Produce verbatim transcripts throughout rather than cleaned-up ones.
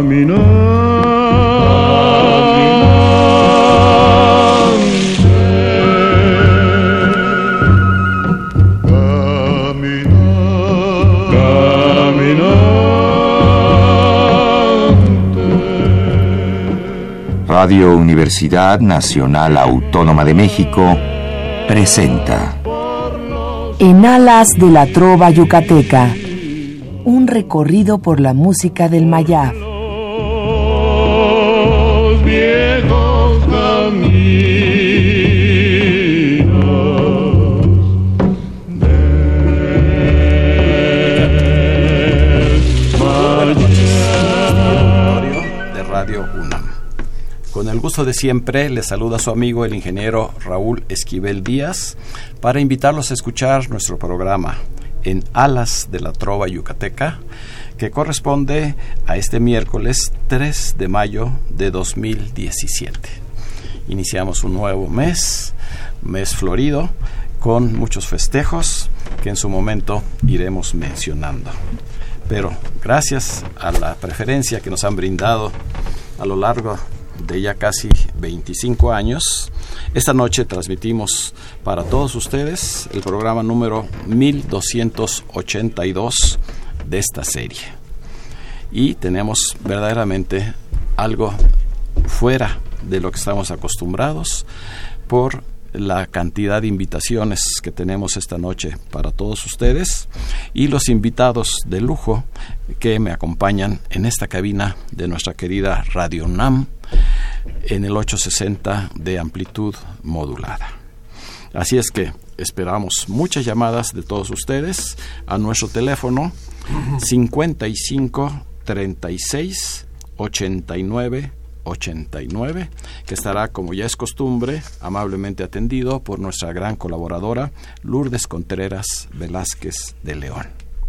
Radio Universidad Nacional Autónoma de México presenta En alas de la trova yucateca, un recorrido por la música del Mayab. Los viejos caminos de Radio UNAM. Con el gusto de siempre, les saluda su amigo el ingeniero Raúl Esquivel Díaz para invitarlos a escuchar nuestro programa En Alas de la Trova Yucateca, que corresponde a este miércoles tres de mayo de dos mil diecisiete. Iniciamos un nuevo mes, mes florido, con muchos festejos que en su momento iremos mencionando. Pero gracias a la preferencia que nos han brindado a lo largo de ya casi veinticinco años, esta noche transmitimos para todos ustedes el programa número mil doscientos ochenta y dos de esta serie. Y tenemos verdaderamente algo fuera de lo que estamos acostumbrados por la cantidad de invitaciones que tenemos esta noche para todos ustedes y los invitados de lujo que me acompañan en esta cabina de nuestra querida Radio UNAM en el ochocientos sesenta de amplitud modulada. Así es que esperamos muchas llamadas de todos ustedes a nuestro teléfono cincuenta y cinco treinta y seis ochenta y nueve ochenta y nueve, que estará, como ya es costumbre, amablemente atendido por nuestra gran colaboradora Lourdes Contreras Velázquez de León.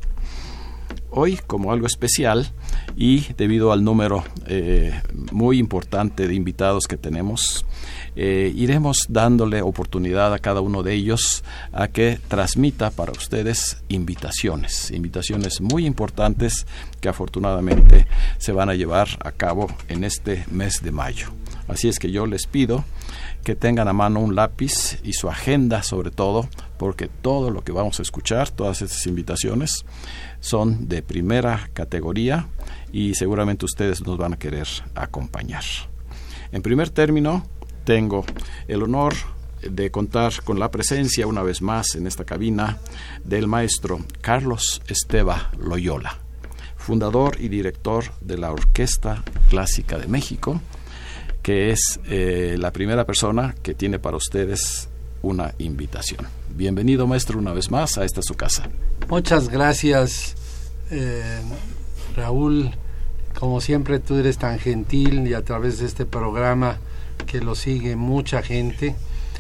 Hoy, como algo especial y debido al número eh, muy importante de invitados que tenemos, eh, iremos dándole oportunidad a cada uno de ellos a que transmita para ustedes invitaciones, invitaciones muy importantes que afortunadamente se van a llevar a cabo en este mes de mayo. Así es que yo les pido que tengan a mano un lápiz y su agenda, sobre todo, porque todo lo que vamos a escuchar, todas estas invitaciones, son de primera categoría y seguramente ustedes nos van a querer acompañar. En primer término, tengo el honor de contar con la presencia una vez más en esta cabina del maestro Carlos Esteva Loyola, fundador y director de la Orquesta Clásica de México, que es eh, la primera persona que tiene para ustedes una invitación. Bienvenido, maestro, una vez más a esta su casa. Muchas gracias, eh, Raúl. Como siempre, tú eres tan gentil y a través de este programa que lo sigue mucha gente,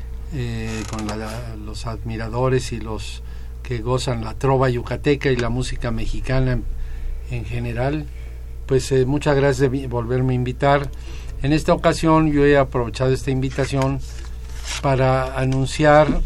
eh, con la, los admiradores y los que gozan la trova yucateca y la música mexicana en, en general, pues eh, muchas gracias de volverme a invitar. En esta ocasión yo he aprovechado esta invitación para anunciar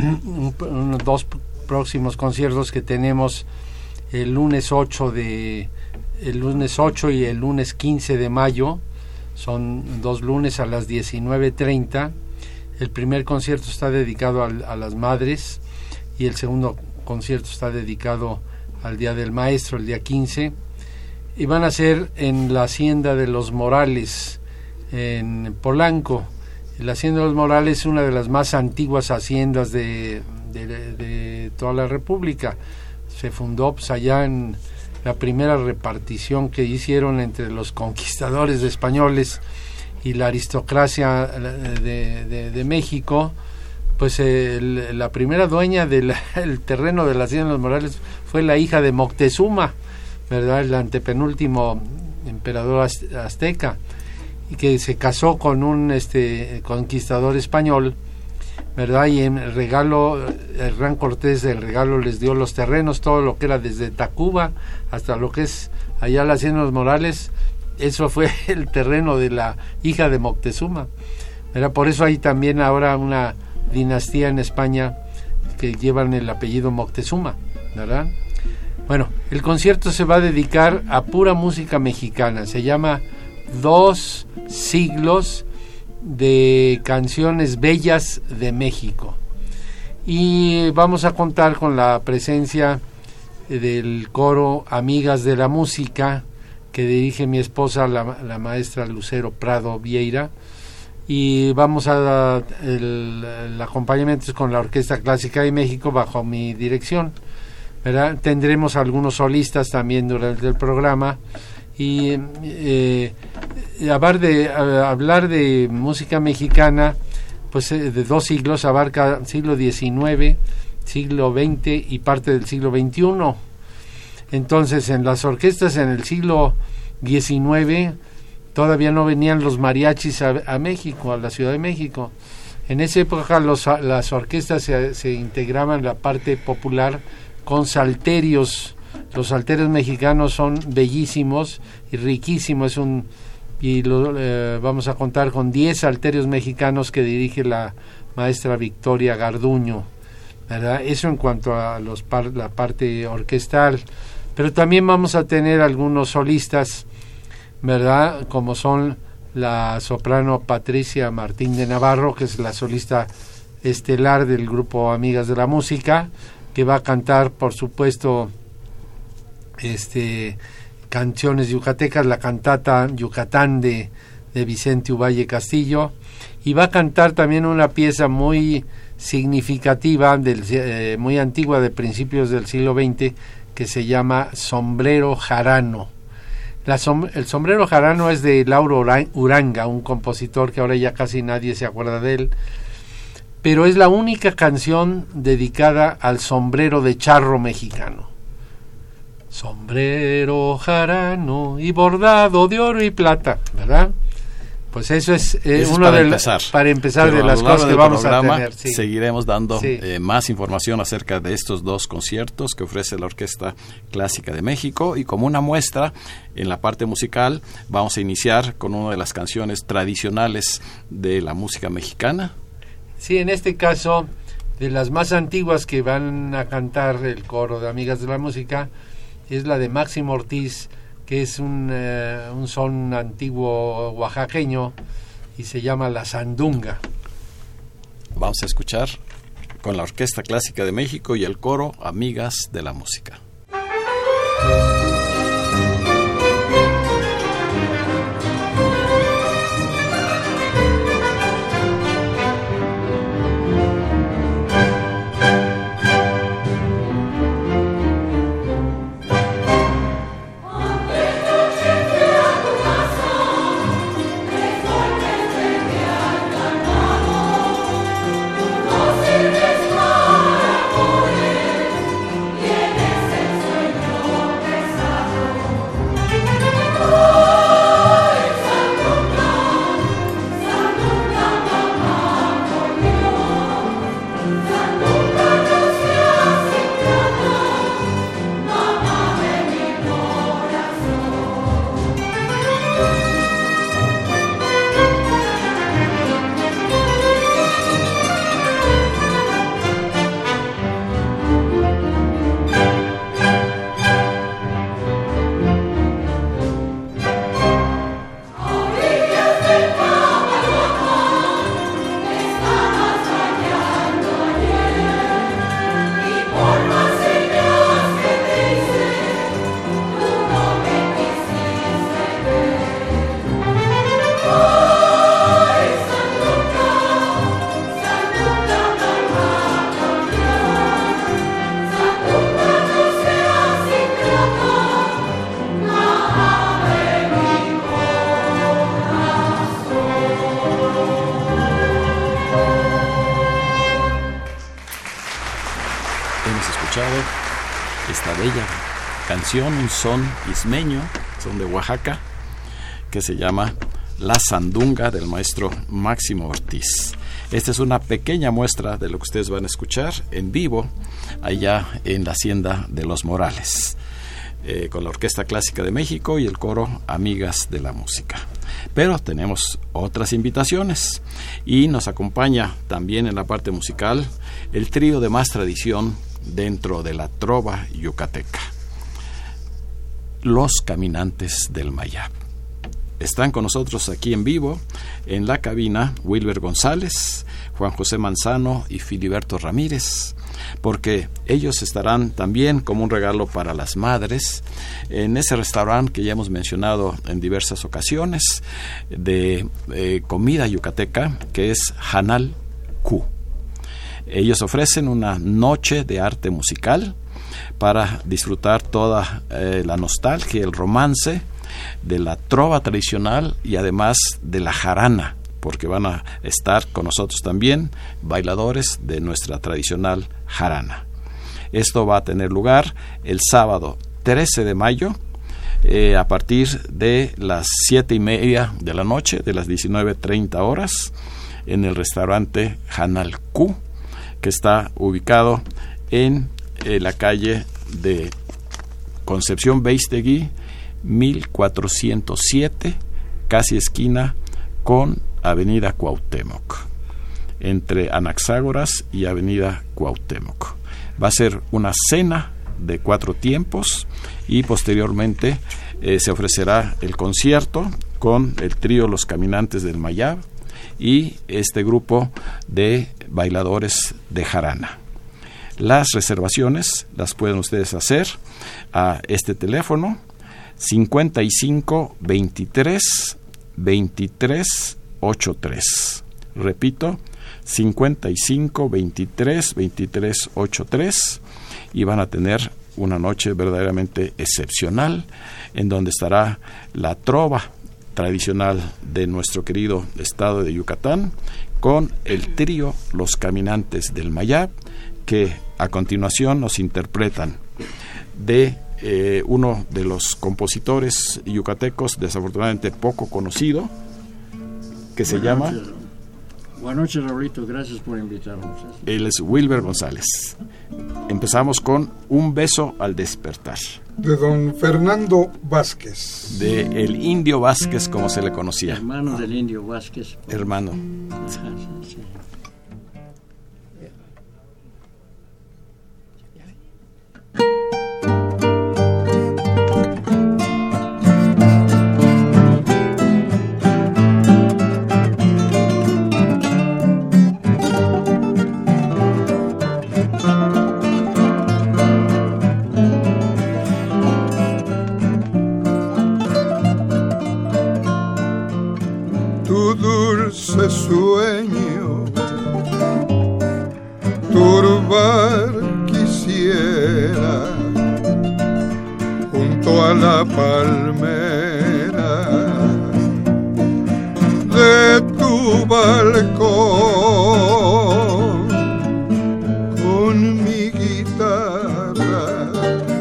unos dos próximos conciertos que tenemos el lunes ocho de el lunes ocho y el lunes quince de mayo. Son dos lunes a las diecinueve treinta. El primer concierto está dedicado a, a las madres y el segundo concierto está dedicado al Día del Maestro, el día quince, y van a ser en la Hacienda de los Morales, en Polanco. La Hacienda de los Morales es una de las más antiguas haciendas de, de, de toda la República. Se fundó pues, allá en la primera repartición que hicieron entre los conquistadores españoles y la aristocracia de, de, de México. Pues el, la primera dueña del el terreno de la Hacienda de los Morales fue la hija de Moctezuma, ¿verdad? El antepenúltimo emperador azteca, y que se casó con un este conquistador español, ¿verdad? Y en regalo, Hernán Cortés de regalo les dio los terrenos, todo lo que era desde Tacuba hasta lo que es allá la Hacienda de los Morales. Eso fue el terreno de la hija de Moctezuma, ¿verdad? Por eso hay también ahora una dinastía en España que llevan el apellido Moctezuma, ¿verdad? Bueno, el concierto se va a dedicar a pura música mexicana. Se llama Dos siglos de canciones bellas de México. Y vamos a contar con la presencia del coro Amigas de la Música, que dirige mi esposa, la, la maestra Lucero Prado Vieira, y vamos a el, el acompañamiento es con la Orquesta Clásica de México bajo mi dirección, ¿verdad? Tendremos algunos solistas también durante el programa, y eh, hablar de hablar de música mexicana, pues eh, de dos siglos, abarca siglo diecinueve, siglo veinte y parte del siglo veintiuno. Entonces, en las orquestas en el siglo diecinueve todavía no venían los mariachis a, a México, a la Ciudad de México. En esa época los, las orquestas se, se integraban en la parte popular con salterios. Los salterios mexicanos son bellísimos y riquísimos. Es un, y lo, eh, vamos a contar con diez salterios mexicanos que dirige la maestra Victoria Garduño, ¿verdad? Eso en cuanto a los par, la parte orquestal. Pero también vamos a tener algunos solistas, ¿verdad? Como son la soprano Patricia Martín de Navarro, que es la solista estelar del grupo Amigas de la Música, que va a cantar, por supuesto, este canciones yucatecas, la cantata Yucatán de, de Vicente Uvalle Castillo, y va a cantar también una pieza muy significativa, del, eh, muy antigua, de principios del siglo veinte, que se llama Sombrero Jarano. La som- el Sombrero Jarano es de Lauro Uranga, un compositor que ahora ya casi nadie se acuerda de él, pero es la única canción dedicada al sombrero de charro mexicano. Sombrero jarano y bordado de oro y plata, ¿verdad? Pues eso es eh, eso uno es para de empezar. La, para empezar Pero de las cosas que vamos a tener. Sí. Seguiremos dando sí. eh, más información acerca de estos dos conciertos que ofrece la Orquesta Clásica de México, y como una muestra en la parte musical vamos a iniciar con una de las canciones tradicionales de la música mexicana. Sí, en este caso, de las más antiguas que van a cantar el coro de Amigas de la Música, es la de Máximo Ortiz, que es un, uh, un son antiguo oaxaqueño y se llama La Sandunga. Vamos a escuchar con la Orquesta Clásica de México y el coro Amigas de la Música. Esta bella canción, un son ismeño, son de Oaxaca, que se llama La Sandunga, del maestro Máximo Ortiz. Esta es una pequeña muestra de lo que ustedes van a escuchar en vivo allá en la Hacienda de los Morales, eh, con la Orquesta Clásica de México y el coro Amigas de la Música. Pero tenemos otras invitaciones y nos acompaña también en la parte musical el trío de más tradición dentro de la trova yucateca. Los Caminantes del Mayab. Están con nosotros aquí en vivo, en la cabina, Wilber González, Juan José Manzano y Filiberto Ramírez, porque ellos estarán también como un regalo para las madres en ese restaurante que ya hemos mencionado en diversas ocasiones de eh, comida yucateca, que es Hanal Q. Ellos ofrecen una noche de arte musical para disfrutar toda eh, la nostalgia, el romance de la trova tradicional y además de la jarana, porque van a estar con nosotros también bailadores de nuestra tradicional jarana. Esto va a tener lugar el sábado trece de mayo eh, a partir de las siete y media de la noche, de las diecinueve treinta horas, en el restaurante Hanal Q, que está ubicado en eh, la calle de Concepción Beistegui mil cuatrocientos siete, casi esquina con Avenida Cuauhtémoc, entre Anaxágoras y Avenida Cuauhtémoc. Va a ser una cena de cuatro tiempos y posteriormente eh, se ofrecerá el concierto con el trío Los Caminantes del Mayab y este grupo de bailadores de jarana. Las reservaciones las pueden ustedes hacer a este teléfono cincuenta y cinco veintitrés veintitrés ochenta y tres. Repito, cincuenta y cinco veintitrés veintitrés ochenta y tres, y van a tener una noche verdaderamente excepcional en donde estará la trova tradicional de nuestro querido estado de Yucatán con el trío Los Caminantes del Mayab, que a continuación nos interpretan de eh, uno de los compositores yucatecos desafortunadamente poco conocido, que se Buenas llama... noches. Buenas noches, Raulito, gracias por invitarnos. Él es Wilber González. Empezamos con Un beso al despertar, de don Fernando Vázquez. de el Indio Vázquez, como se le conocía. Hermano del Indio Vázquez. Hermano. Ajá, sí, sí. Tu dulce sueño turbar quisiera junto a la palmera de tu balcón con mi guitarra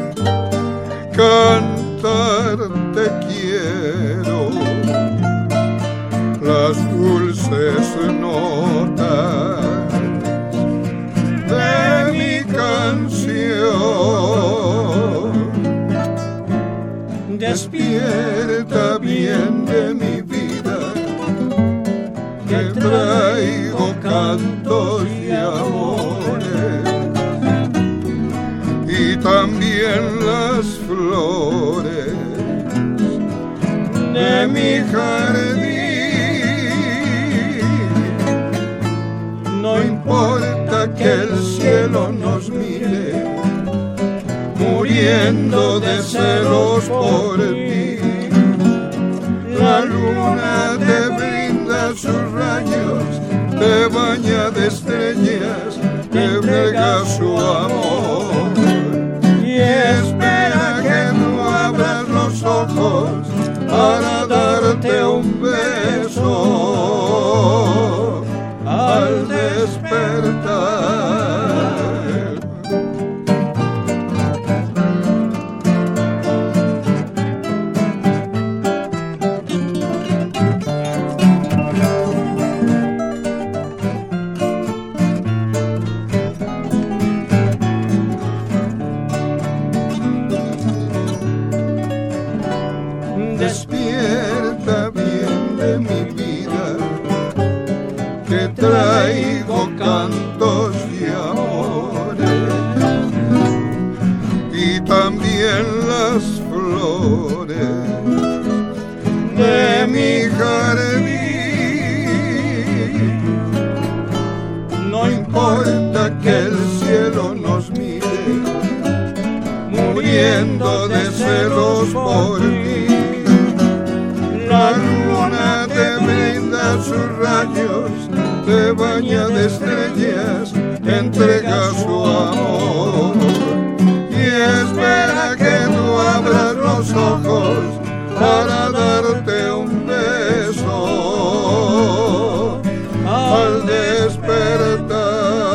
cantar te quiero las dulces notas de mi canción. Despierta bien de mi vida, que traigo cantos y amores, y también las flores de mi jardín. No importa que el cielo nos mire, muriendo de celos por ti. La luna te brinda sus rayos, te baña de estrellas, te brega su amor. Y espera que tú abras los ojos para darte un beso al despertar. Despierta bien de mi vida, que traigo cantos y amores, y también las flores flores de mi jardín. No importa que el cielo nos mire, muriendo de celos por ti. La luna te brinda sus rayos, te baña de estrellas, entrega su amor y espera que tú abras los ojos para darte un beso al despertar.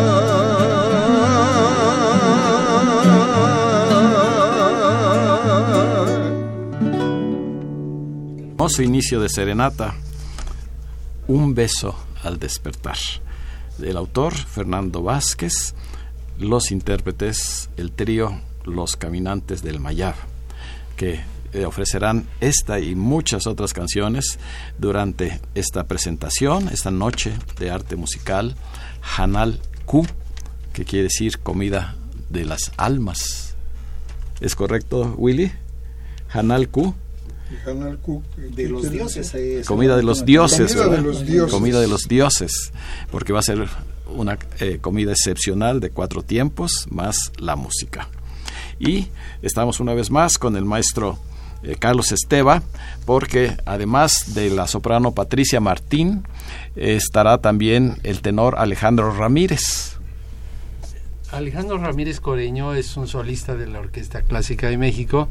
Hermoso inicio de serenata, Un beso al despertar, del autor Fernando Vázquez, los intérpretes, el trío Los Caminantes del Mayab, que eh, ofrecerán esta y muchas otras canciones durante esta presentación, esta noche de arte musical, Hanal Q, que quiere decir comida de las almas. ¿Es correcto, Willy? Hanal Q. De los dioses. Es comida de los dioses, comida de los dioses. Comida de los dioses, porque va a ser una eh, comida excepcional de cuatro tiempos, más la música. Y estamos una vez más con el maestro eh, Carlos Esteva, porque además de la soprano Patricia Martín, eh, estará también el tenor Alejandro Ramírez. Alejandro Ramírez Coreño es un solista de la Orquesta Clásica de México,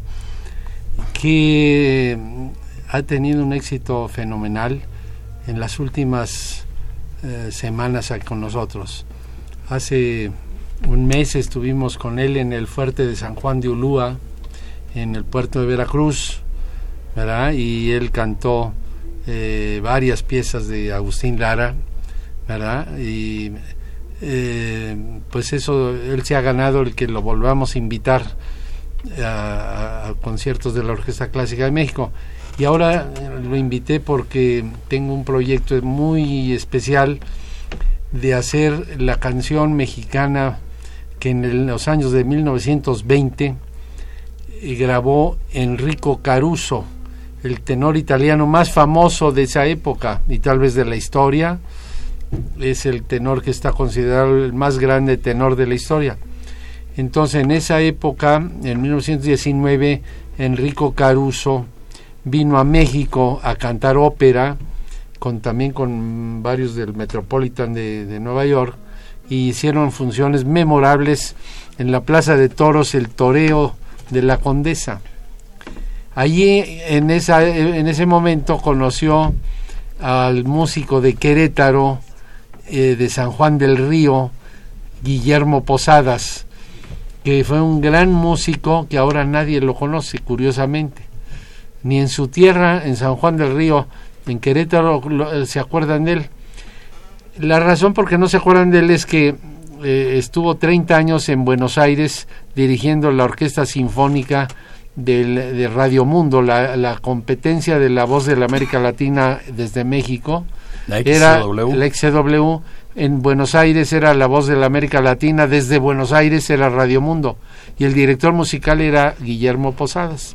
que ha tenido un éxito fenomenal en las últimas eh, semanas con nosotros. Hace un mes estuvimos con él en el fuerte de San Juan de Ulúa, en el puerto de Veracruz, ¿verdad? Y él cantó eh, varias piezas de Agustín Lara, ¿verdad? Y eh, pues eso, él se ha ganado el que lo volvamos a invitar A, a conciertos de la Orquesta Clásica de México. Y ahora lo invité porque tengo un proyecto muy especial de hacer la canción mexicana que en los años de mil novecientos veinte grabó Enrico Caruso, el tenor italiano más famoso de esa época y tal vez de la historia. Es el tenor que está considerado el más grande tenor de la historia. Entonces, en esa época, en mil novecientos diecinueve, Enrico Caruso vino a México a cantar ópera, con también con varios del Metropolitan de, de Nueva York, y hicieron funciones memorables en la Plaza de Toros, el toreo de la Condesa. Allí, en, esa, en ese momento, conoció al músico de Querétaro, eh, de San Juan del Río, Guillermo Posadas, que fue un gran músico que ahora nadie lo conoce, curiosamente. Ni en su tierra, en San Juan del Río, en Querétaro, lo, se acuerdan de él. La razón por qué no se acuerdan de él es que eh, estuvo treinta años en Buenos Aires dirigiendo la Orquesta Sinfónica del, de Radio Mundo, la, la competencia de la Voz de la América Latina desde México. La X C W. Era la X C W. En Buenos Aires era la Voz de la América Latina, desde Buenos Aires era Radio Mundo, y el director musical era Guillermo Posadas.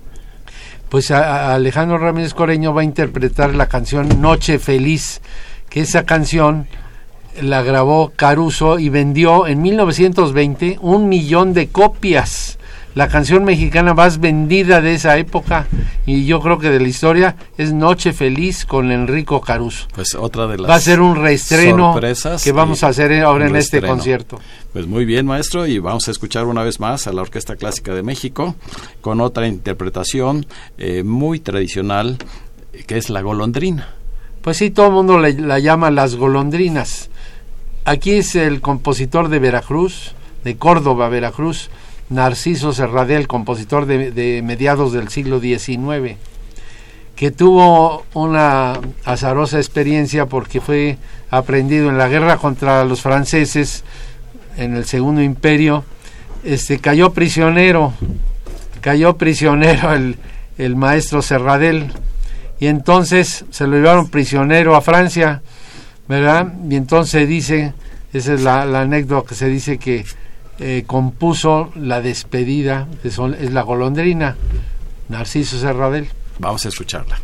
Pues a, a Alejandro Ramírez Coreño va a interpretar la canción Noche Feliz, que esa canción la grabó Caruso y vendió en mil novecientos veinte un millón de copias. La canción mexicana más vendida de esa época, y yo creo que de la historia, es Noche Feliz con Enrico Caruso. Pues otra de las va a ser un reestreno sorpresas que vamos a hacer ahora en este concierto. Pues muy bien, maestro, y vamos a escuchar una vez más a la Orquesta Clásica de México con otra interpretación eh, muy tradicional, que es La Golondrina. Pues sí, todo el mundo le, la llama Las Golondrinas. Aquí es el compositor de Veracruz, de Córdoba, Veracruz, Narciso Serradell, compositor de, de mediados del siglo diecinueve, que tuvo una azarosa experiencia porque fue aprendido en la guerra contra los franceses en el Segundo Imperio. Este cayó prisionero, cayó prisionero el, el maestro Serradell, y entonces se lo llevaron prisionero a Francia, ¿verdad? Y entonces dice, esa es la, la anécdota que se dice que Eh, compuso la despedida, que son, es La Golondrina, Narciso Serradell. Vamos a escucharla.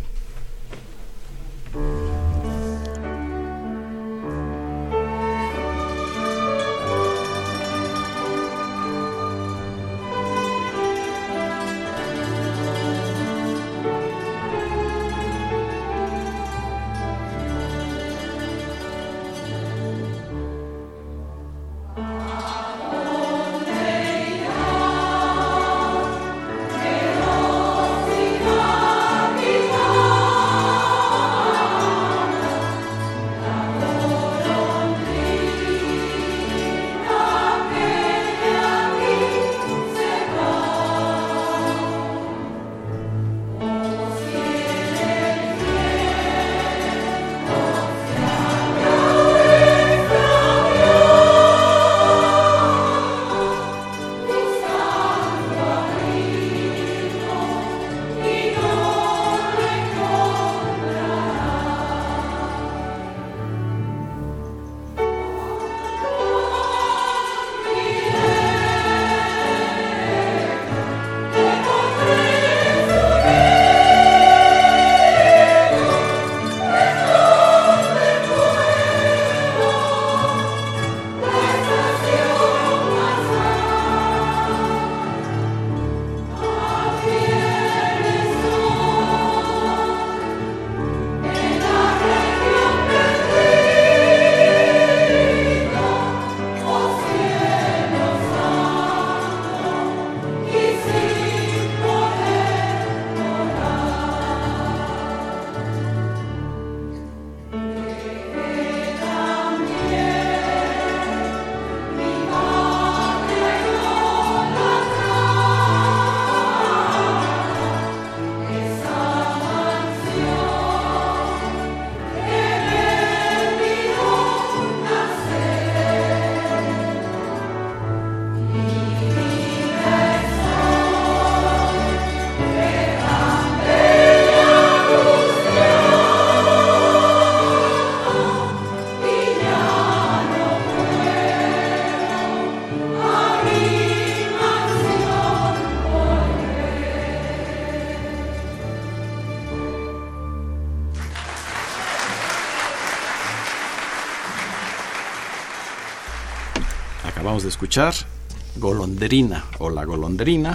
Acabamos de escuchar Golondrina o La Golondrina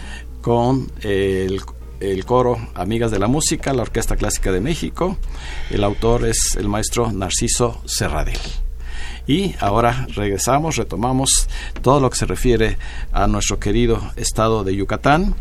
con el, el coro Amigas de la Música, la Orquesta Clásica de México. El autor es el maestro Narciso Serradell. Y ahora regresamos, retomamos todo lo que se refiere a nuestro querido estado de Yucatán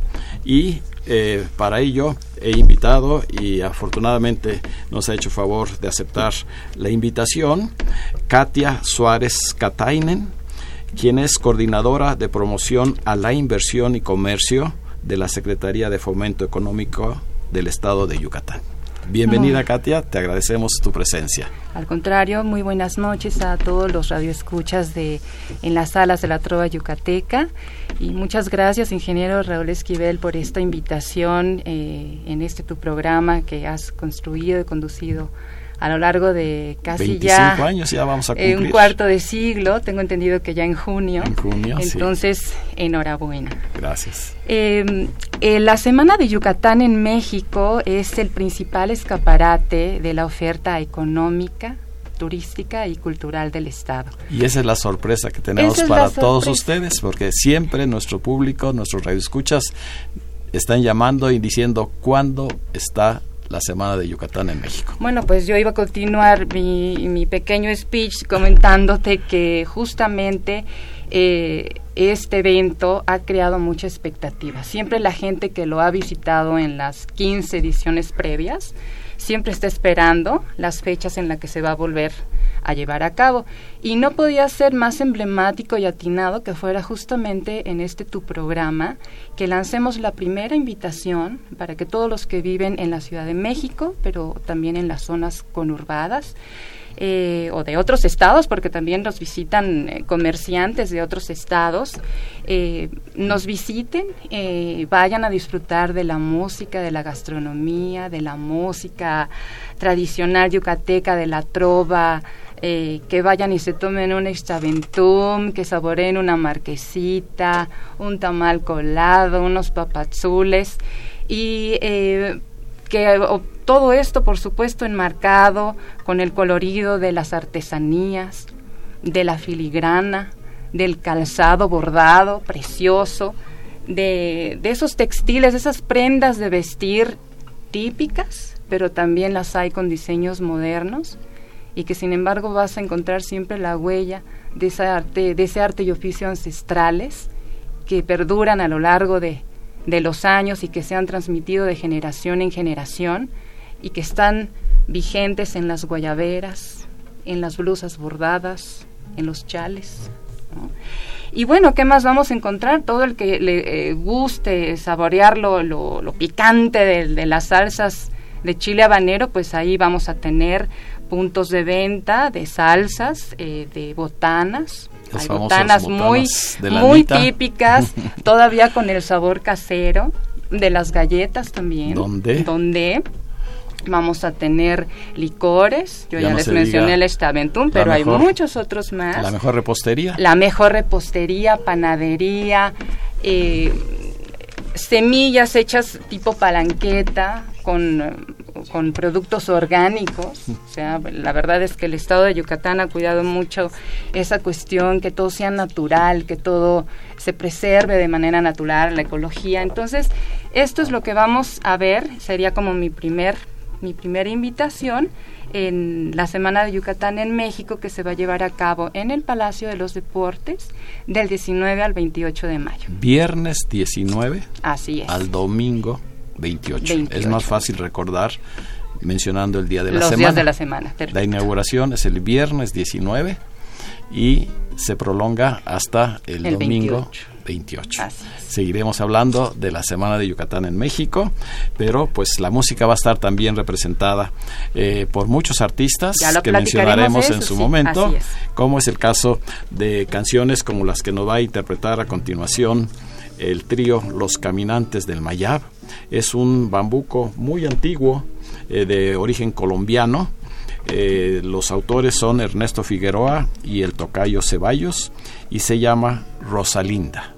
y eh, para ello he invitado y afortunadamente nos ha hecho favor de aceptar la invitación Katia Suárez Katainen, quien es coordinadora de promoción a la inversión y comercio de la Secretaría de Fomento Económico del Estado de Yucatán. Bienvenida, Katia, te agradecemos tu presencia. Al contrario, muy buenas noches a todos los radioescuchas de en las salas de la Trova Yucateca y muchas gracias, ingeniero Raúl Esquivel, por esta invitación eh, en este tu programa que has construido y conducido a lo largo de casi veinticinco ya años ya vamos a cumplir. Eh, un cuarto de siglo, tengo entendido que ya en junio. En junio, Entonces, sí. Enhorabuena. Gracias. Eh, eh, la Semana de Yucatán en México es el principal escaparate de la oferta económica, turística y cultural del Estado. Y esa es la sorpresa que tenemos para todos ustedes, porque siempre nuestro público, nuestros radioescuchas, están llamando y diciendo cuándo está la Semana de Yucatán en México. Bueno, pues yo iba a continuar mi, mi pequeño speech comentándote que justamente eh, este evento ha creado mucha expectativa. Siempre la gente que lo ha visitado en las quince ediciones previas siempre está esperando las fechas en las que se va a volver a llevar a cabo. Y no podía ser más emblemático y atinado que fuera justamente en este tu programa que lancemos la primera invitación para que todos los que viven en la Ciudad de México, pero también en las zonas conurbadas, Eh, o de otros estados, porque también nos visitan eh, comerciantes de otros estados, eh, nos visiten, eh, vayan a disfrutar de la música, de la gastronomía, de la música tradicional yucateca, de la trova, eh, que vayan y se tomen un extraventum, que saboreen una marquesita, un tamal colado, unos papazules. y eh, que o, todo esto, por supuesto, enmarcado con el colorido de las artesanías, de la filigrana, del calzado bordado, precioso, de, de esos textiles, de esas prendas de vestir típicas, pero también las hay con diseños modernos, y que sin embargo vas a encontrar siempre la huella de ese arte, de ese arte y oficio ancestrales que perduran a lo largo de, de los años y que se han transmitido de generación en generación y que están vigentes en las guayaberas, en las blusas bordadas, en los chales, ¿no? Y bueno, ¿qué más vamos a encontrar? Todo el que le eh, guste saborear lo, lo, lo picante de, de las salsas de chile habanero, pues ahí vamos a tener puntos de venta de salsas, eh, de botanas. Las Hay botanas, botanas muy, muy típicas, todavía con el sabor casero, de las galletas también. ¿Dónde? Donde vamos a tener licores, yo ya, ya no les mencioné el Estaventún, pero mejor, hay muchos otros más. La mejor repostería. La mejor repostería, panadería, eh, semillas hechas tipo palanqueta, con, con productos orgánicos. O sea, la verdad es que el estado de Yucatán ha cuidado mucho esa cuestión, que todo sea natural, que todo se preserve de manera natural, la ecología. Entonces, esto es lo que vamos a ver, sería como mi primer, mi primera invitación en la Semana de Yucatán en México, que se va a llevar a cabo en el Palacio de los Deportes del diecinueve al veintiocho de mayo. Viernes diecinueve. Así es. Al domingo veintiocho. veintiocho. Es más fácil recordar mencionando el día de la Los semana. días de la semana. Perfecto. La inauguración es el viernes diecinueve y se prolonga hasta el, el domingo veintiocho. Seguiremos hablando de la Semana de Yucatán en México, pero pues la música va a estar también representada eh, por muchos artistas que mencionaremos eso, en su sí, momento, es. como es el caso de canciones como las que nos va a interpretar a continuación el trío Los Caminantes del Mayab. Es un bambuco muy antiguo, eh, de origen colombiano. Eh, los autores son Ernesto Figueroa y el tocayo Ceballos, y se llama Rosalinda.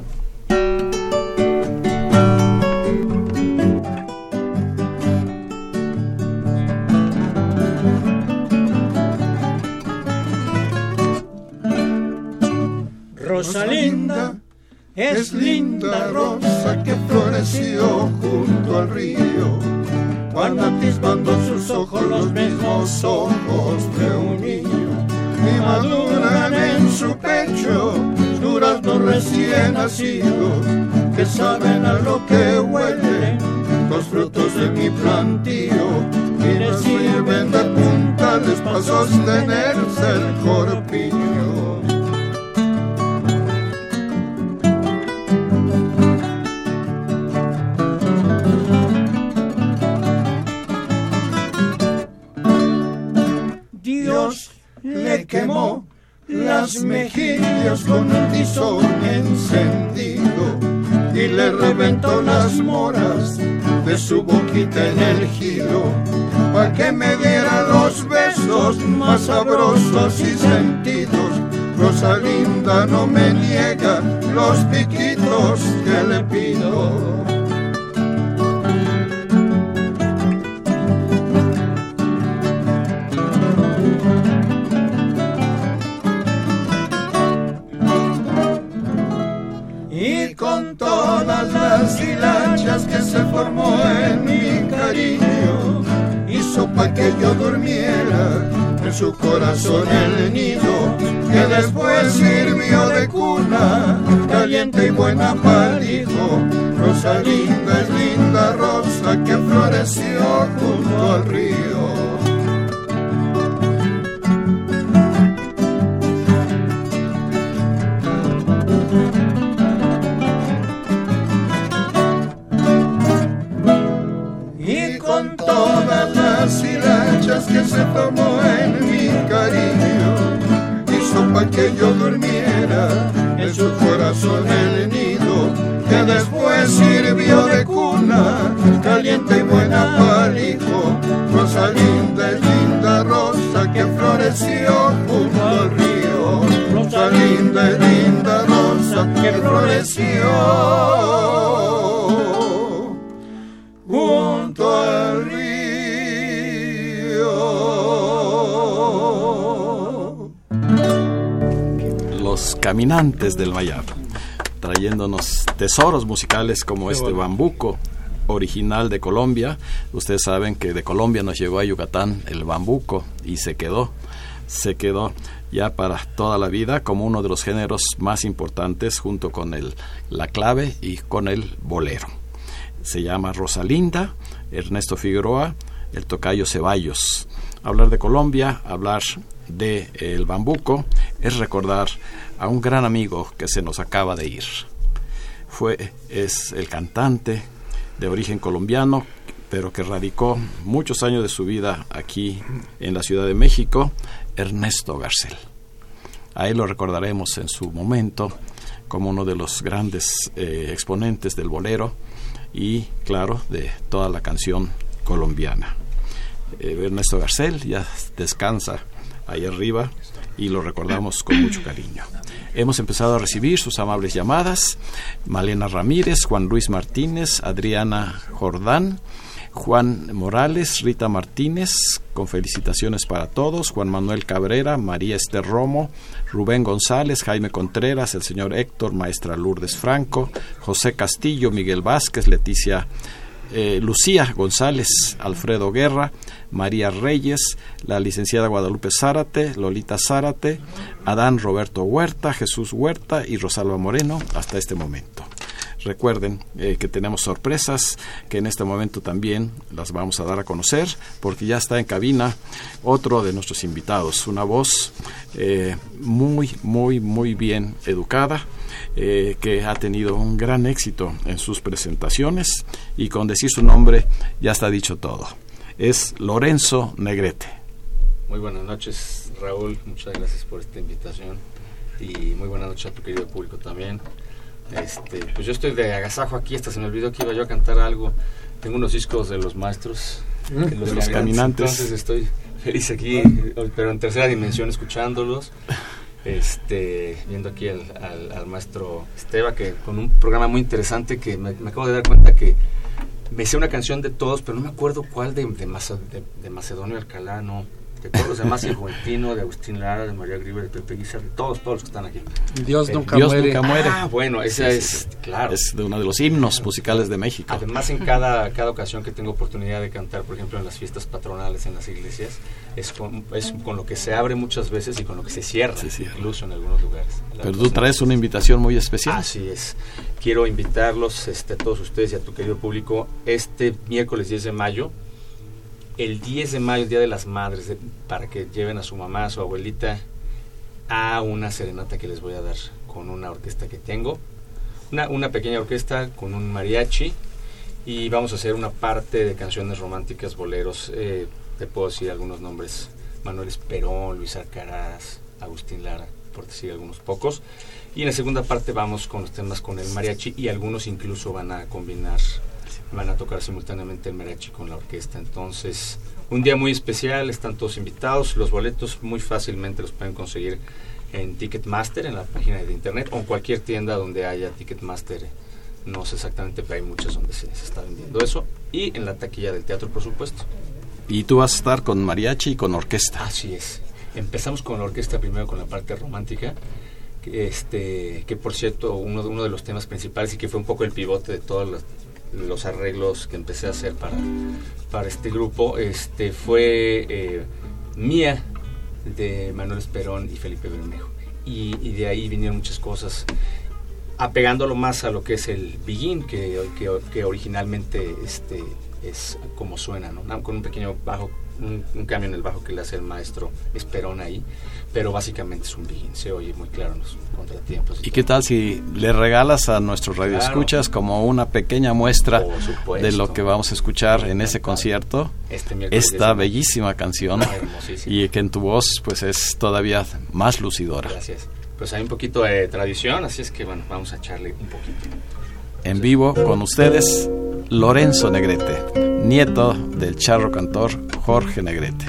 Rosalinda es linda rosa que floreció junto al río, cuando atisbando sus ojos los mismos ojos de un niño, y maduran en su pecho duraznos recién nacidos, que saben a lo que huelen los frutos de mi plantío, y me sirven de puntales para sostenerse el corpiño. Le quemó las mejillas con un tizón encendido y le reventó las moras de su boquita en el giro, pa' que me diera los besos más sabrosos y sentidos. Rosalinda no me niega los piquitos que le pido. Con todas las hilachas que se formó en mi cariño, hizo pa' que yo durmiera en su corazón el nido, que después sirvió de cuna, caliente y buena pa'l hijo. Rosalinda es linda rosa que floreció junto al río. Todas las hilachas que se tomó en mi cariño, hizo pa' que yo durmiera en su corazón el nido, que después sirvió de cuna, caliente y buena pa'l hijo. Rosalinda es linda rosa que floreció junto al río. Rosalinda es linda rosa que floreció caminantes del Mayab, trayéndonos tesoros musicales como Qué este bueno. bambuco original de Colombia. Ustedes saben que de Colombia nos llegó a Yucatán el bambuco y se quedó, se quedó ya para toda la vida como uno de los géneros más importantes junto con el, la clave y con el bolero. Se llama Rosalinda, Ernesto Figueroa, el tocayo Ceballos. Hablar de Colombia, hablar de el bambuco, es recordar a un gran amigo que se nos acaba de ir. Fue, es el cantante de origen colombiano, pero que radicó muchos años de su vida aquí en la Ciudad de México, Ernesto Garcel. A él lo recordaremos en su momento como uno de los grandes eh, exponentes del bolero y, claro, de toda la canción colombiana. Eh, Ernesto Garcel ya descansa ahí arriba y lo recordamos con mucho cariño. Hemos empezado a recibir sus amables llamadas: Malena Ramírez, Juan Luis Martínez, Adriana Jordán, Juan Morales, Rita Martínez, con felicitaciones para todos, Juan Manuel Cabrera, María Esther Romo, Rubén González, Jaime Contreras, el señor Héctor, maestra Lourdes Franco, José Castillo, Miguel Vázquez, Leticia Eh, Lucía González, Alfredo Guerra, María Reyes, la licenciada Guadalupe Zárate, Lolita Zárate, Adán Roberto Huerta, Jesús Huerta y Rosalba Moreno hasta este momento. Recuerden eh, que tenemos sorpresas que en este momento también las vamos a dar a conocer, porque ya está en cabina otro de nuestros invitados, una voz eh, muy, muy, muy bien educada, Eh, que ha tenido un gran éxito en sus presentaciones, y con decir su nombre ya está dicho todo. Es Lorenzo Negrete. Muy buenas noches, Raúl, muchas gracias por esta invitación y muy buenas noches a tu querido público también. Este, pues yo estoy de agasajo aquí, hasta se me olvidó que iba yo a cantar algo. Tengo unos discos de los maestros, ¿Mm? de los, de los caminantes, entonces estoy feliz aquí, pero en tercera dimensión escuchándolos. Este, viendo aquí al, al, al maestro Esteba, que con un programa muy interesante, que me, me acabo de dar cuenta que me sé una canción de todos, pero no me acuerdo cuál, de, de, Mace, de, de Macedonio Alcalá, no, de todos los demás, de Juventino, de Agustín Lara, de María Griver, de Pepe Guizar, de todos, todos los que están aquí. Dios eh, nunca Dios muere. Nunca muere. Ah, bueno, esa sí, es, sí, sí. claro. Es de uno de los himnos musicales de México. Además, en cada, cada ocasión que tengo oportunidad de cantar, por ejemplo, en las fiestas patronales, en las iglesias, es con, es con lo que se abre muchas veces y con lo que se cierra, sí, sí, incluso en algunos lugares. Pero tú traes una invitación muy especial. Así es. Quiero invitarlos este, a todos ustedes y a tu querido público este miércoles diez de mayo, el diez de mayo, el Día de las Madres, de, para que lleven a su mamá, a su abuelita, a una serenata que les voy a dar con una orquesta que tengo. Una, una pequeña orquesta con un mariachi, y vamos a hacer una parte de canciones románticas, boleros. Eh, te puedo decir algunos nombres: Manuel Esperón, Luis Alcaraz, Agustín Lara, por decir algunos pocos. Y en la segunda parte vamos con los temas con el mariachi, y algunos incluso van a combinar, van a tocar simultáneamente el mariachi con la orquesta. Entonces, un día muy especial, están todos invitados. Los boletos muy fácilmente los pueden conseguir en Ticketmaster, en la página de internet, o en cualquier tienda donde haya Ticketmaster. No sé exactamente, pero hay muchas donde se, se está vendiendo eso. Y en la taquilla del teatro, por supuesto. Y tú vas a estar con mariachi y con orquesta. Así es. Empezamos con la orquesta primero, con la parte romántica, que, este, que por cierto, uno, uno de los temas principales, y que fue un poco el pivote de todos los, los arreglos que empecé a hacer para, para este grupo, este, fue eh, Mía, de Manuel Esperón y Felipe Bermejo. Y, y de ahí vinieron muchas cosas, apegándolo más a lo que es el Begin, que, que, que originalmente este, es como suena, ¿no? Con un pequeño bajo, un, un cambio en el bajo que le hace el maestro Esperón ahí, pero básicamente es un Begin, se oye muy claro en los contratiempos. ¿Y qué tal si le regalas a nuestros radioescuchas, claro, como una pequeña muestra de lo que vamos a escuchar en ese concierto, este esta bellísima canción, y que en tu voz pues es todavía más lucidora? Gracias. Pues hay un poquito de tradición, así es que bueno, vamos a echarle un poquito. En vivo con ustedes, Lorenzo Negrete, nieto del charro cantor Jorge Negrete,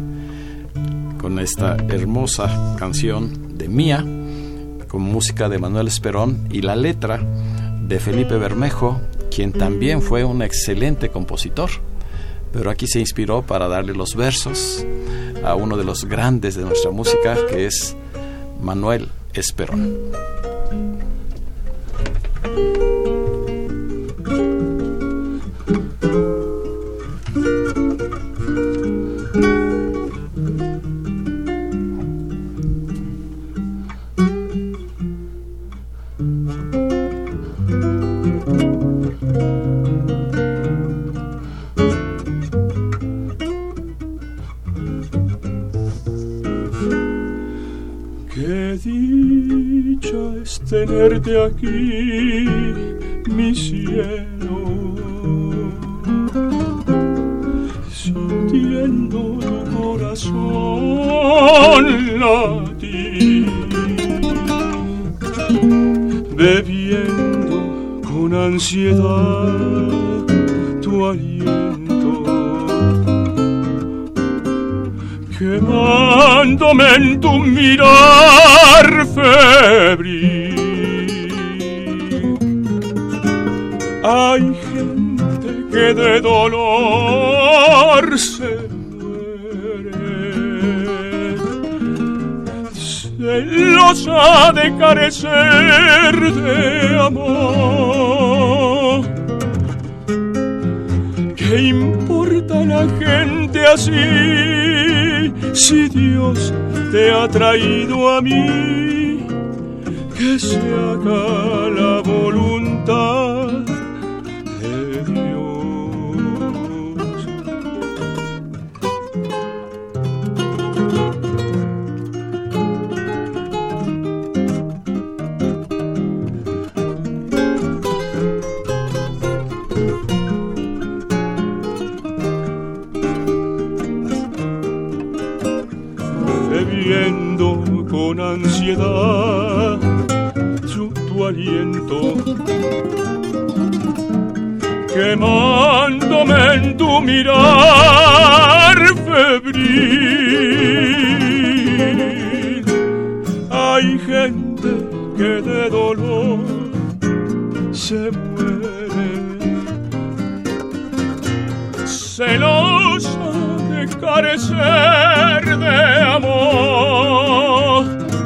con esta hermosa canción de Mía, con música de Manuel Esperón y la letra de Felipe Bermejo, quien también fue un excelente compositor, pero aquí se inspiró para darle los versos a uno de los grandes de nuestra música, que es Manuel Esperón. Tenerte aquí, mi cielo, sintiendo tu corazón latir, bebiendo con ansiedad tu aliento, quemándome en tu mirar febril. Hay gente que de dolor se muere, celosa de carecer de amor. ¿Qué importa la gente así si Dios te ha traído a mí? Que se haga la voluntad de Dios. Bebiendo con ansiedad tu, tu aliento, quemándome en tu mirar febril. Hay gente que de dolor se muere, celosa de carecer de amor.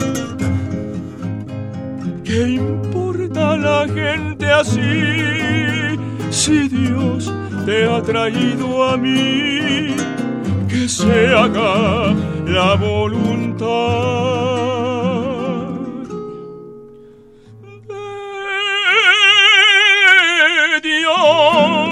¿Qué importa la gente así si Dios te ha traído a mí? Que se haga la voluntad de Dios.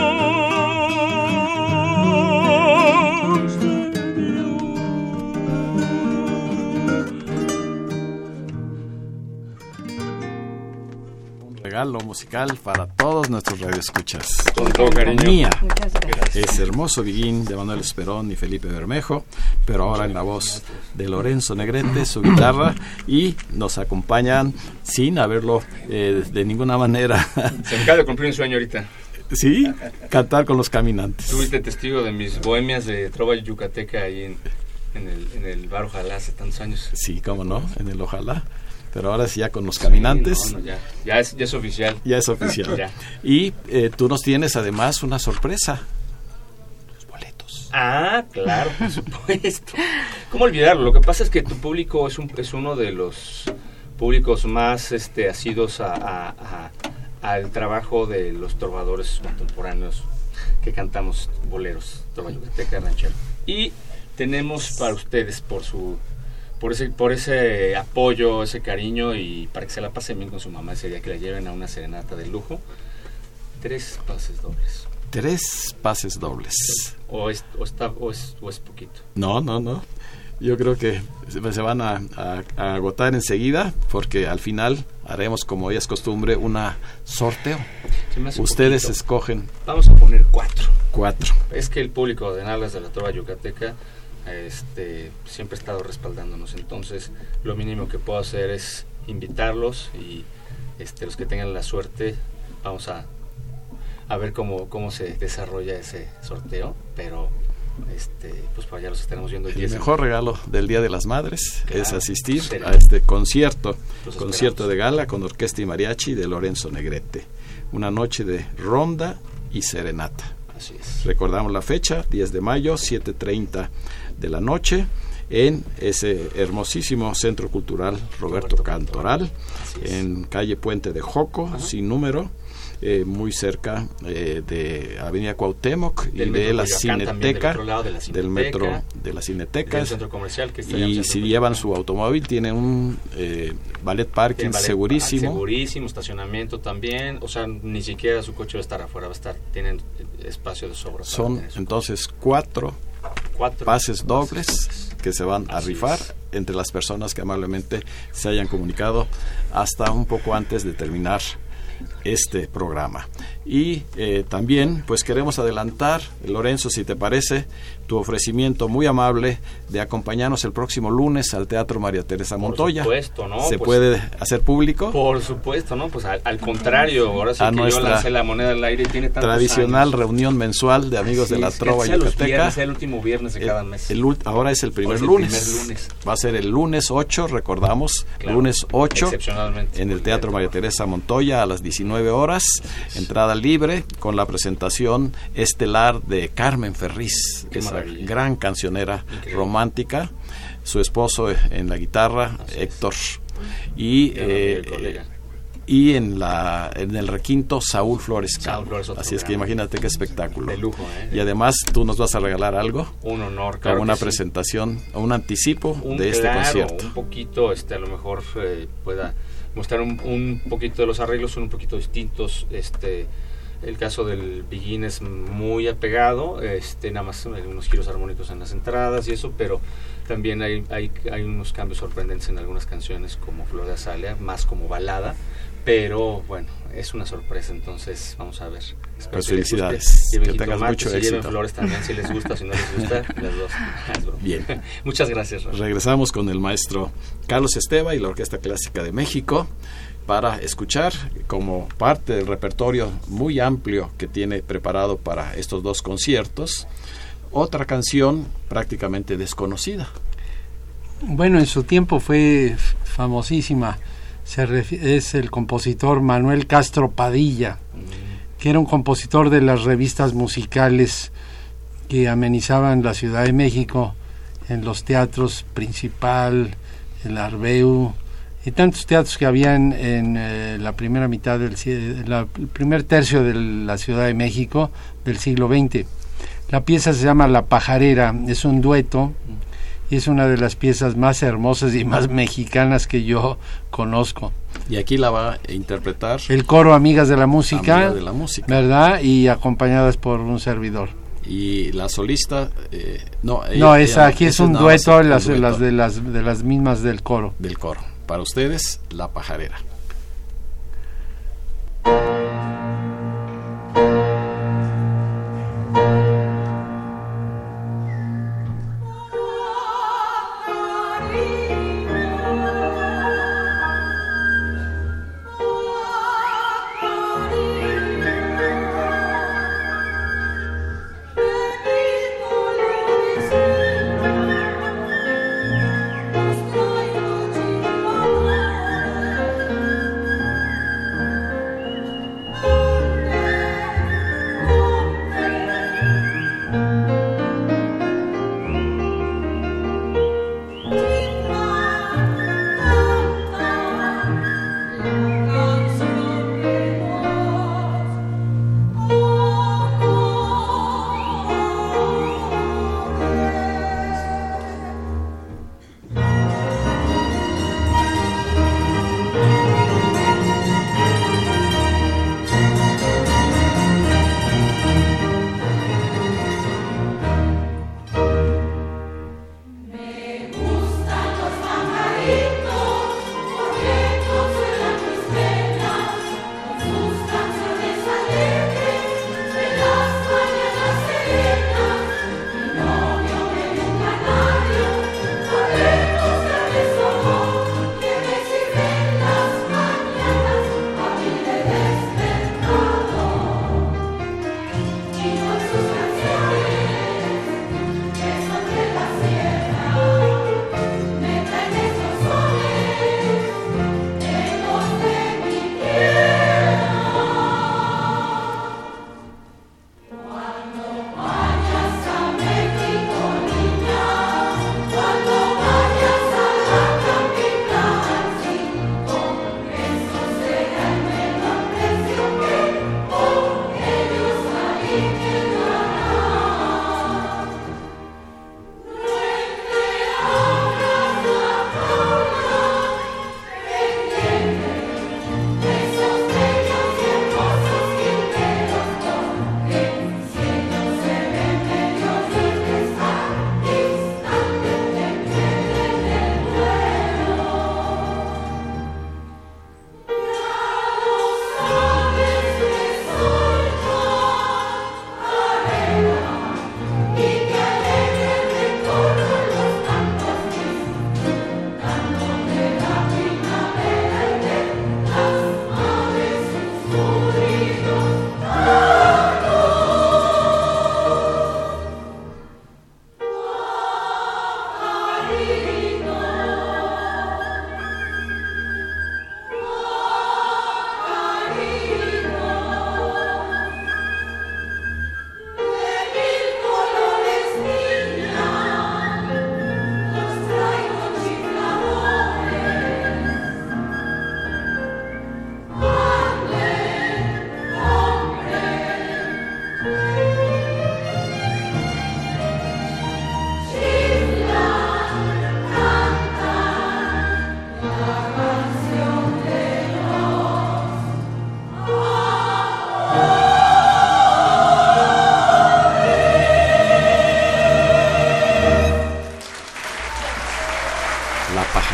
Regalo musical para todos nuestros radioescuchas. Con todo cariño. Mía. Muchas gracias. Es Hermoso Viguín de Manuel Esperón y Felipe Bermejo, pero ahora en la voz de Lorenzo Negrete, su guitarra, y nos acompañan sin haberlo eh, de ninguna manera. Se me acaba de cumplir un sueño ahorita. Sí, cantar con los caminantes. Fuiste testigo de mis bohemias de trova yucateca ahí en, en, el, en el bar Ojalá hace tantos años. Sí, cómo no, en el Ojalá. Pero ahora sí ya con los caminantes. Sí, no, no, ya, ya, es, ya es oficial. Ya es oficial. Ya. Y eh, tú nos tienes además una sorpresa. Los boletos. Ah, claro, por supuesto. ¿Cómo olvidarlo? Lo que pasa es que tu público es, un, es uno de los públicos más este, asidos a, a, a, al trabajo de los trovadores contemporáneos que cantamos boleros, trova yucateca, ranchero. Y tenemos para ustedes, por su... Por ese, por ese apoyo, ese cariño, y para que se la pasen bien con su mamá ese día, que la lleven a una serenata de lujo, tres pases dobles. Tres pases dobles. O es, o está, o es, o es poquito. No, no, no. Yo creo que se, se van a, a, a agotar enseguida, porque al final haremos, como ya es costumbre, una sorteo. Ustedes poquito. Escogen. Vamos a poner cuatro. Cuatro. Es que el público de Nalas de la Trova Yucateca este siempre ha estado respaldándonos, entonces lo mínimo que puedo hacer es invitarlos, y este los que tengan la suerte vamos a a ver cómo cómo se desarrolla ese sorteo, pero este pues para allá los estaremos viendo el, el mejor regalo del Día de las Madres, claro, es asistir será. a este concierto Los concierto esperamos. de gala con orquesta y mariachi de Lorenzo Negrete, una noche de ronda y serenata. Así es. Recordamos la fecha, diez de mayo, siete treinta de la noche, en ese hermosísimo Centro Cultural Roberto, Roberto Cantoral, en calle Puente de Joco, ajá, sin número, eh, muy cerca eh, de Avenida Cuauhtémoc y de la Cineteca, del, lado de la Cineteca, del metro de la Cineteca, del centro comercial, que está y si llevan su automóvil tienen un eh, valet parking ballet segurísimo, park, segurísimo, estacionamiento también, o sea, ni siquiera su coche va a estar afuera, va a estar, tienen espacio de sobra. Son entonces cuatro, cuatro pases dobles, dobles que se van a Así rifar es. entre las personas que amablemente se hayan comunicado hasta un poco antes de terminar este programa. Y eh, también pues queremos adelantar, Lorenzo, si te parece, tu ofrecimiento muy amable de acompañarnos el próximo lunes al Teatro María Teresa Montoya. Por supuesto, ¿no? ¿Se pues, puede hacer público? Por supuesto, ¿no? Pues al, al contrario, ahora sí a que yo lancé la moneda al aire y tiene tantos tradicional años. Reunión mensual de amigos sí, de la Trova Yucateca. Es el último viernes de el, cada mes. El, ahora es el primer, es el lunes. primer lunes. Va a ser el lunes ocho, recordamos, claro, lunes ocho, en el Teatro María Teresa Montoya a las diecinueve horas, entrada libre, con la presentación estelar de Carmen Ferriz, Qué esa maravilla. gran cancionera Increíble. romántica, su esposo en la guitarra, Así Héctor, y eh, y en la en el requinto Saúl Flores Calvo. Flores, Así es que imagínate qué espectáculo. De lujo, ¿eh? Y además tú nos vas a regalar algo. Un honor, claro. Como una sí. presentación, un anticipo un, de este claro, concierto. Un poquito, este, a lo mejor eh, pueda mostrar un, un poquito de los arreglos, son un poquito distintos, este... El caso del Begin es muy apegado, este, nada más hay unos giros armónicos en las entradas y eso, pero también hay, hay, hay unos cambios sorprendentes en algunas canciones como Flor de Azalea, más como balada, pero bueno, es una sorpresa, entonces vamos a ver. Pues felicidades, que tengas tomate, mucho si éxito. Lleven flores también, si les gusta, si no les gusta, las dos. Bien. Muchas gracias, Raúl. Regresamos con el maestro Carlos Esteva y la Orquesta Clásica de México para escuchar como parte del repertorio muy amplio que tiene preparado para estos dos conciertos, otra canción prácticamente desconocida. Bueno, en su tiempo fue famosísima, se ref- es el compositor Manuel Castro Padilla, mm. que era un compositor de las revistas musicales que amenizaban la Ciudad de México en los teatros Principal, el Arbeu, y tantos teatros que habían en eh, la primera mitad del la, el primer tercio de la Ciudad de México del siglo veinte. La pieza se llama La Pajarera, es un dueto y es una de las piezas más hermosas y más mexicanas que yo conozco. Y aquí la va a interpretar el coro Amigas de la Música, Amiga de la Música, ¿verdad? Y acompañadas por un servidor. Y la solista eh, no, ella, no esa, ella, aquí es un dueto, las, dueto las de las de las mismas del coro. Del coro. Para ustedes, La Pajarera. Thank you.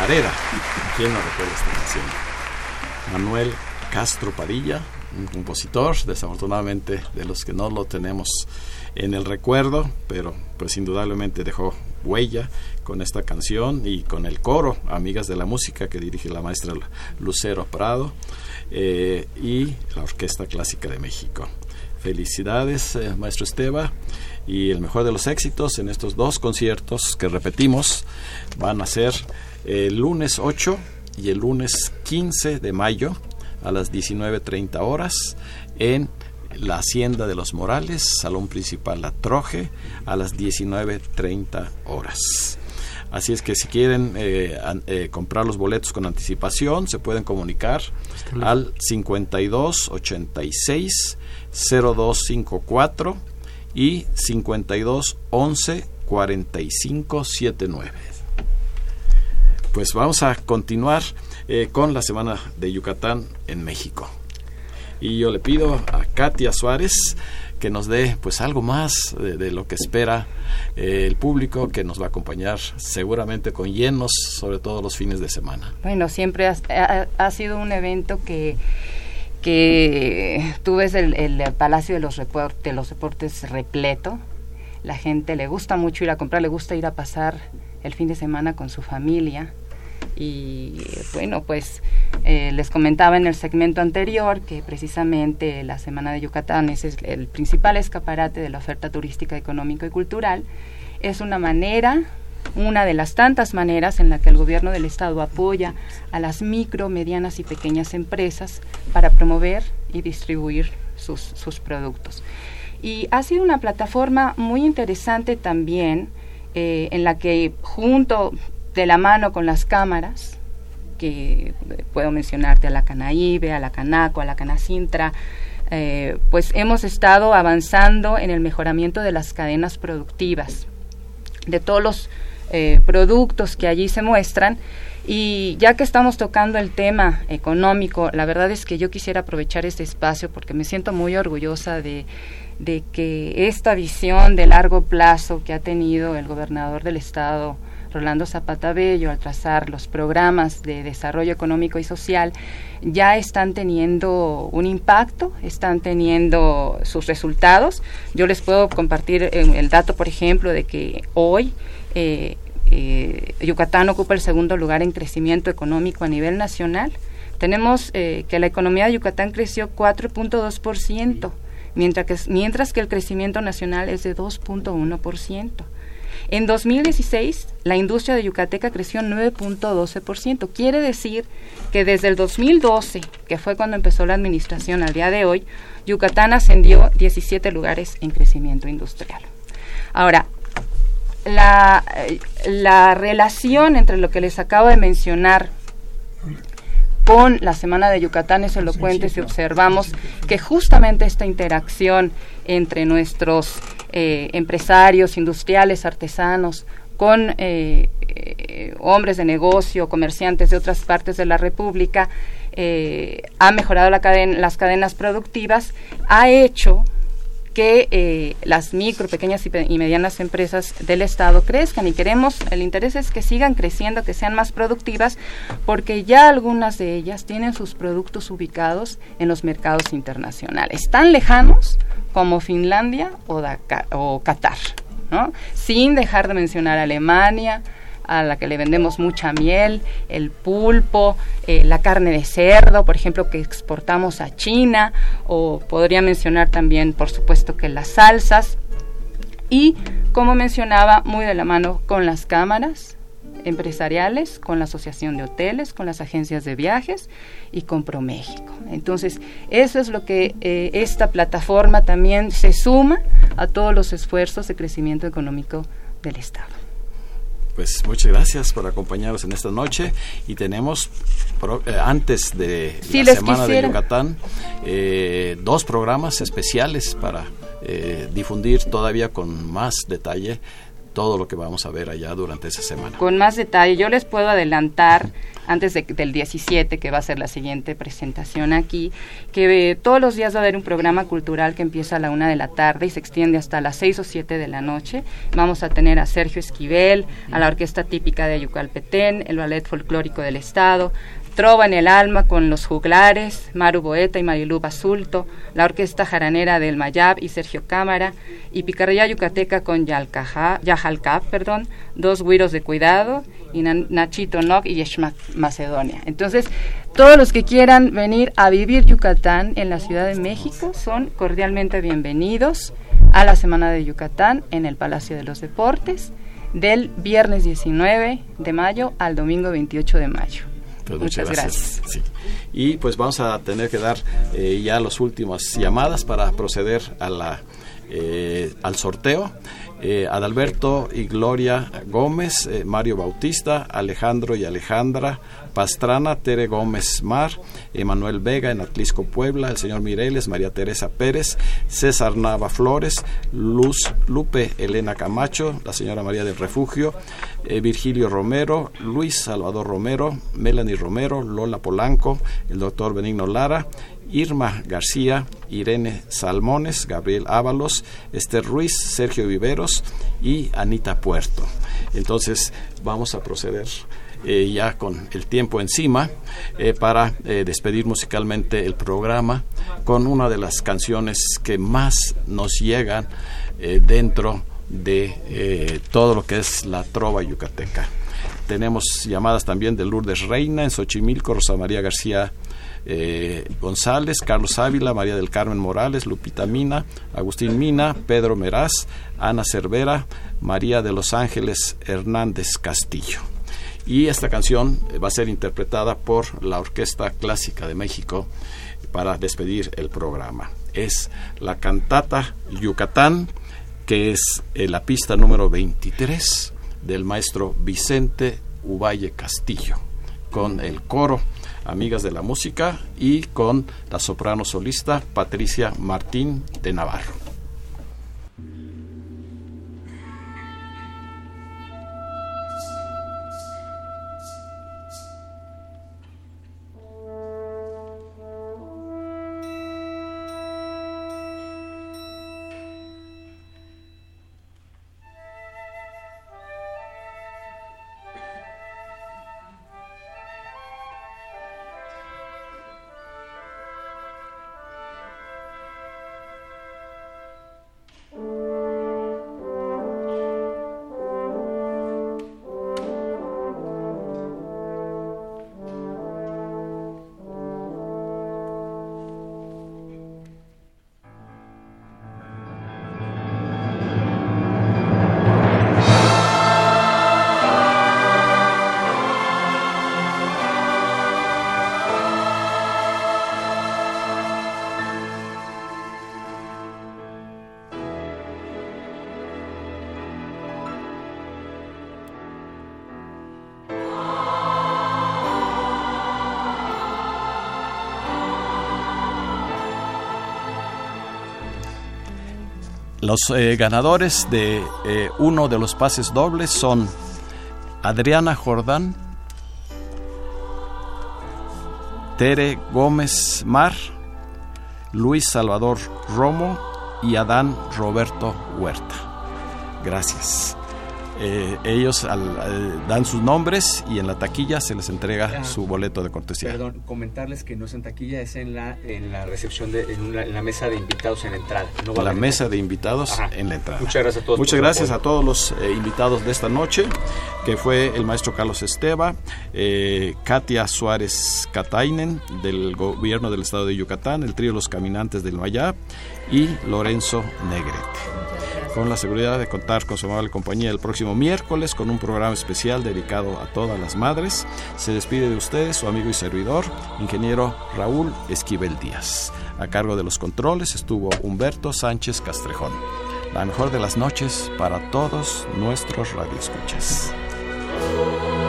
Chacarera. ¿Quién no recuerda esta canción? Manuel Castro Padilla, un compositor, desafortunadamente de los que no lo tenemos en el recuerdo, pero pues indudablemente dejó huella con esta canción y con el coro Amigas de la Música que dirige la maestra Lucero Prado eh, y la Orquesta Clásica de México. Felicidades, eh, maestro Esteva, y el mejor de los éxitos en estos dos conciertos que repetimos van a ser el lunes ocho y el lunes quince de mayo a las diecinueve treinta horas en la Hacienda de los Morales, Salón Principal La Troje, a las diecinueve treinta horas. Así es que si quieren eh, eh, comprar los boletos con anticipación, se pueden comunicar al cincuenta y dos ochenta y seis cero dos cincuenta y cuatro y cincuenta y dos once cuarenta y cinco setenta y nueve. Pues vamos a continuar eh, con la Semana de Yucatán en México. Y yo le pido a Katia Suárez que nos dé pues algo más de, de lo que espera eh, el público, que nos va a acompañar seguramente con llenos, sobre todo los fines de semana. Bueno, siempre ha, ha, ha sido un evento que que tú ves el, el Palacio de los, report, de los Deportes repleto. La gente le gusta mucho ir a comprar, le gusta ir a pasar el fin de semana con su familia. Y bueno, pues eh, les comentaba en el segmento anterior que precisamente la Semana de Yucatán es el principal escaparate de la oferta turística, económica y cultural. Es una manera, una de las tantas maneras en la que el gobierno del estado apoya a las micro, medianas y pequeñas empresas para promover y distribuir sus, sus productos. Y ha sido una plataforma muy interesante también, eh, en la que junto de la mano con las cámaras, que puedo mencionarte a la Canaíbe, a la Canaco, a la Canacintra, eh, pues hemos estado avanzando en el mejoramiento de las cadenas productivas, de todos los eh, productos que allí se muestran. Y ya que estamos tocando el tema económico, la verdad es que yo quisiera aprovechar este espacio porque me siento muy orgullosa de, de que esta visión de largo plazo que ha tenido el gobernador del estado, Rolando Zapata Bello, al trazar los programas de desarrollo económico y social, ya están teniendo un impacto, están teniendo sus resultados. Yo les puedo compartir eh, el dato, por ejemplo, de que hoy eh, eh, Yucatán ocupa el segundo lugar en crecimiento económico a nivel nacional. Tenemos eh, que la economía de Yucatán creció cuatro punto dos por ciento, mientras que, mientras que el crecimiento nacional es de dos punto uno por ciento. En dos mil dieciséis, la industria de Yucateca creció nueve punto doce por ciento. Quiere decir que desde el dos mil doce, que fue cuando empezó la administración, al día de hoy, Yucatán ascendió diecisiete lugares en crecimiento industrial. Ahora, la, la relación entre lo que les acabo de mencionar con la Semana de Yucatán es elocuente si observamos que justamente esta interacción entre nuestros eh, empresarios, industriales, artesanos, con eh, eh, hombres de negocio, comerciantes de otras partes de la República, eh, ha mejorado la cadena, las cadenas productivas, ha hecho que eh, las micro, pequeñas y, pe- y medianas empresas del Estado crezcan, y queremos, el interés es que sigan creciendo, que sean más productivas, porque ya algunas de ellas tienen sus productos ubicados en los mercados internacionales, tan lejanos como Finlandia o, Dakar, o Qatar, ¿no? Sin dejar de mencionar a Alemania, a la que le vendemos mucha miel, el pulpo, eh, la carne de cerdo, por ejemplo, que exportamos a China, o podría mencionar también, por supuesto, que las salsas, y, como mencionaba, muy de la mano con las cámaras empresariales, con la Asociación de Hoteles, con las agencias de viajes y con ProMéxico. Entonces, eso es lo que eh, esta plataforma también se suma a todos los esfuerzos de crecimiento económico del Estado. Pues muchas gracias por acompañarnos en esta noche, y tenemos pro, eh, antes de sí, la Semana quisiera. de Yucatán eh, dos programas especiales para eh, difundir todavía con más detalle todo lo que vamos a ver allá durante esa semana. Con más detalle, yo les puedo adelantar, antes de, del diecisiete, que va a ser la siguiente presentación aquí, que eh, todos los días va a haber un programa cultural que empieza a la una de la tarde y se extiende hasta las seis o siete de la noche. Vamos a tener a Sergio Esquivel, a la Orquesta Típica de Yucalpetén, el Ballet Folclórico del Estado, Trova en el Alma con los Juglares, Maru Boeta y Marilú Basulto, la Orquesta Jaranera del Mayab y Sergio Cámara, y Picardía Yucateca con Yalcajá, Yajalcap, perdón, dos güiros de cuidado, y Nachito Noc y Yeshmak Macedonia. Entonces, todos los que quieran venir a vivir Yucatán en la Ciudad de México son cordialmente bienvenidos a la Semana de Yucatán en el Palacio de los Deportes, del viernes diecinueve de mayo al domingo veintiocho de mayo. Pues muchas, muchas gracias. gracias. Sí. Y pues vamos a tener que dar eh, ya las últimas llamadas para proceder a la eh, al sorteo. Eh, Adalberto y Gloria Gómez, eh, Mario Bautista, Alejandro y Alejandra Pastrana, Tere Gómez Mar, Emanuel Vega en Atlisco, Puebla, el señor Mireles, María Teresa Pérez, César Nava Flores, Luz Lupe Elena Camacho, la señora María del Refugio, eh, Virgilio Romero, Luis Salvador Romero, Melanie Romero, Lola Polanco, el doctor Benigno Lara, Irma García, Irene Salmones, Gabriel Ábalos, Esther Ruiz, Sergio Viveros y Anita Puerto. Entonces vamos a proceder eh, ya con el tiempo encima eh, para eh, despedir musicalmente el programa con una de las canciones que más nos llegan eh, dentro de eh, todo lo que es la trova yucateca. Tenemos llamadas también de Lourdes Reina en Xochimilco, Rosa María García Eh, González, Carlos Ávila, María del Carmen Morales, Lupita Mina, Agustín Mina, Pedro Meraz, Ana Cervera, María de los Ángeles Hernández Castillo. Y esta canción va a ser interpretada por la Orquesta Clásica de México para despedir el programa. Es la cantata Yucatán, que es eh, la pista número veintitrés del maestro Vicente Uvalle Castillo, con el coro Amigas de la Música y con la soprano solista Patricia Martín de Navarro. Los eh, ganadores de eh, uno de los pases dobles son Adriana Jordán, Tere Gómez Mar, Luis Salvador Romo y Adán Roberto Huerta. Gracias. Eh, ellos al, al, dan sus nombres y en la taquilla se les entrega ah, su boleto de cortesía. Perdón, comentarles que no es en taquilla, es en la en la recepción, de, en, una, en la mesa de invitados en la entrada. No va la mesa de invitados Ajá. en la entrada. Muchas gracias a todos. Muchas gracias a todos los eh, invitados de esta noche, que fue el maestro Carlos Esteva, eh, Katia Suárez Katainen, del gobierno del estado de Yucatán, el trío Los Caminantes del Mayab y Lorenzo Negrete. Con la seguridad de contar con su amable compañía el próximo miércoles con un programa especial dedicado a todas las madres, se despide de ustedes su amigo y servidor, ingeniero Raúl Esquivel Díaz. A cargo de los controles estuvo Humberto Sánchez Castrejón. La mejor de las noches para todos nuestros radioescuchas.